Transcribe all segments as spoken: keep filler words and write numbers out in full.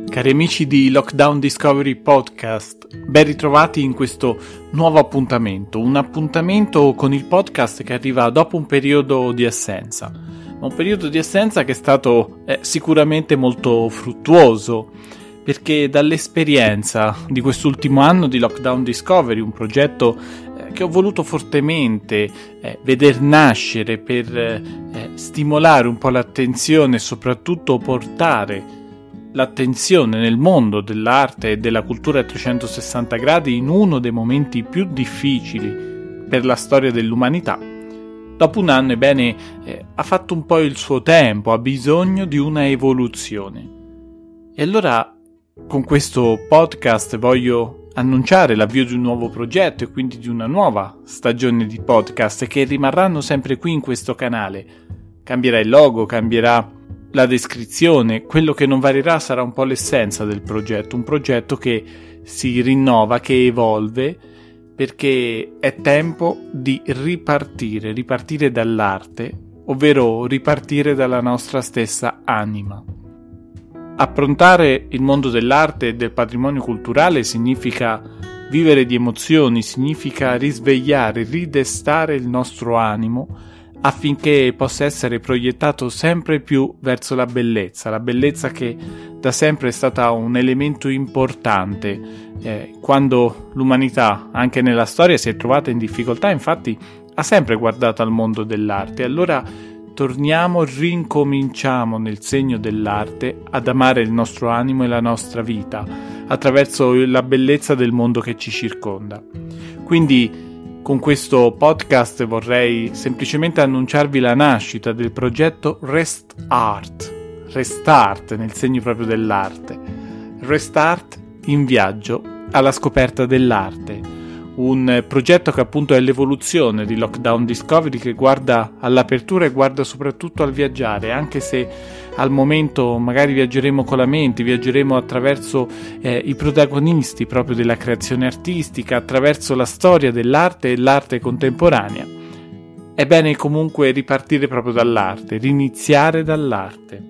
Cari amici di Lockdown Discovery Podcast, ben ritrovati in questo nuovo appuntamento, un appuntamento con il podcast che arriva dopo un periodo di assenza, un periodo di assenza che è stato eh, sicuramente molto fruttuoso, perché dall'esperienza di quest'ultimo anno di Lockdown Discovery, un progetto eh, che ho voluto fortemente eh, veder nascere per eh, stimolare un po' l'attenzione e soprattutto portare l'attenzione nel mondo dell'arte e della cultura a trecentosessanta gradi in uno dei momenti più difficili per la storia dell'umanità. Dopo un anno, ebbene, eh, ha fatto un po' il suo tempo, ha bisogno di una evoluzione. E allora, con questo podcast voglio annunciare l'avvio di un nuovo progetto e quindi di una nuova stagione di podcast che rimarranno sempre qui in questo canale. Cambierà il logo, cambierà la descrizione, quello che non varierà sarà un po' l'essenza del progetto, un progetto che si rinnova, che evolve, perché è tempo di ripartire, ripartire dall'arte, ovvero ripartire dalla nostra stessa anima. Approntare il mondo dell'arte e del patrimonio culturale significa vivere di emozioni, significa risvegliare, ridestare il nostro animo, affinché possa essere proiettato sempre più verso la bellezza, la bellezza che da sempre è stata un elemento importante. Eh, quando l'umanità, anche nella storia, si è trovata in difficoltà, infatti ha sempre guardato al mondo dell'arte. Allora torniamo, rincominciamo nel segno dell'arte ad amare il nostro animo e la nostra vita, attraverso la bellezza del mondo che ci circonda. Quindi, con questo podcast vorrei semplicemente annunciarvi la nascita del progetto Restart, Restart nel segno proprio dell'arte, Restart in viaggio alla scoperta dell'arte, un progetto che appunto è l'evoluzione di Lockdown Discovery, che guarda all'apertura e guarda soprattutto al viaggiare, anche se al momento magari viaggeremo con la mente, viaggeremo attraverso eh, i protagonisti proprio della creazione artistica, attraverso la storia dell'arte e l'arte contemporanea. È bene comunque ripartire proprio dall'arte, riniziare dall'arte.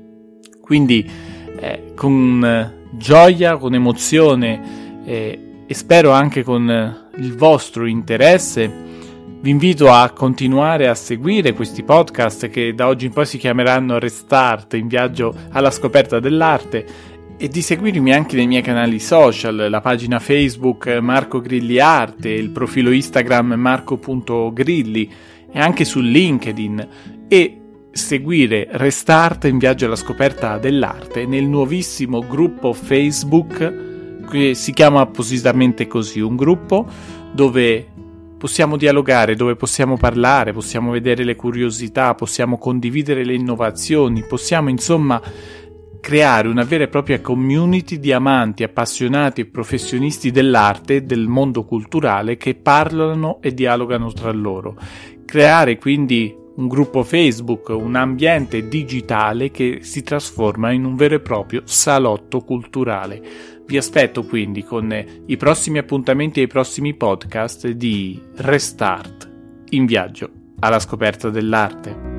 Quindi eh, con eh, gioia, con emozione eh, e spero anche con eh, il vostro interesse, vi invito a continuare a seguire questi podcast che da oggi in poi si chiameranno Restart, in viaggio alla scoperta dell'arte, e di seguirmi anche nei miei canali social, la pagina Facebook Marco Grilli Arte, il profilo Instagram marco punto grilli e anche su LinkedIn, e seguire Restart in viaggio alla scoperta dell'arte nel nuovissimo gruppo Facebook che si chiama appositamente così, un gruppo dove possiamo dialogare, dove possiamo parlare, possiamo vedere le curiosità, possiamo condividere le innovazioni, possiamo insomma creare una vera e propria community di amanti, appassionati e professionisti dell'arte e del mondo culturale che parlano e dialogano tra loro. Creare quindi un gruppo Facebook, un ambiente digitale che si trasforma in un vero e proprio salotto culturale. Vi aspetto quindi con i prossimi appuntamenti e i prossimi podcast di Restart, in viaggio alla scoperta dell'arte.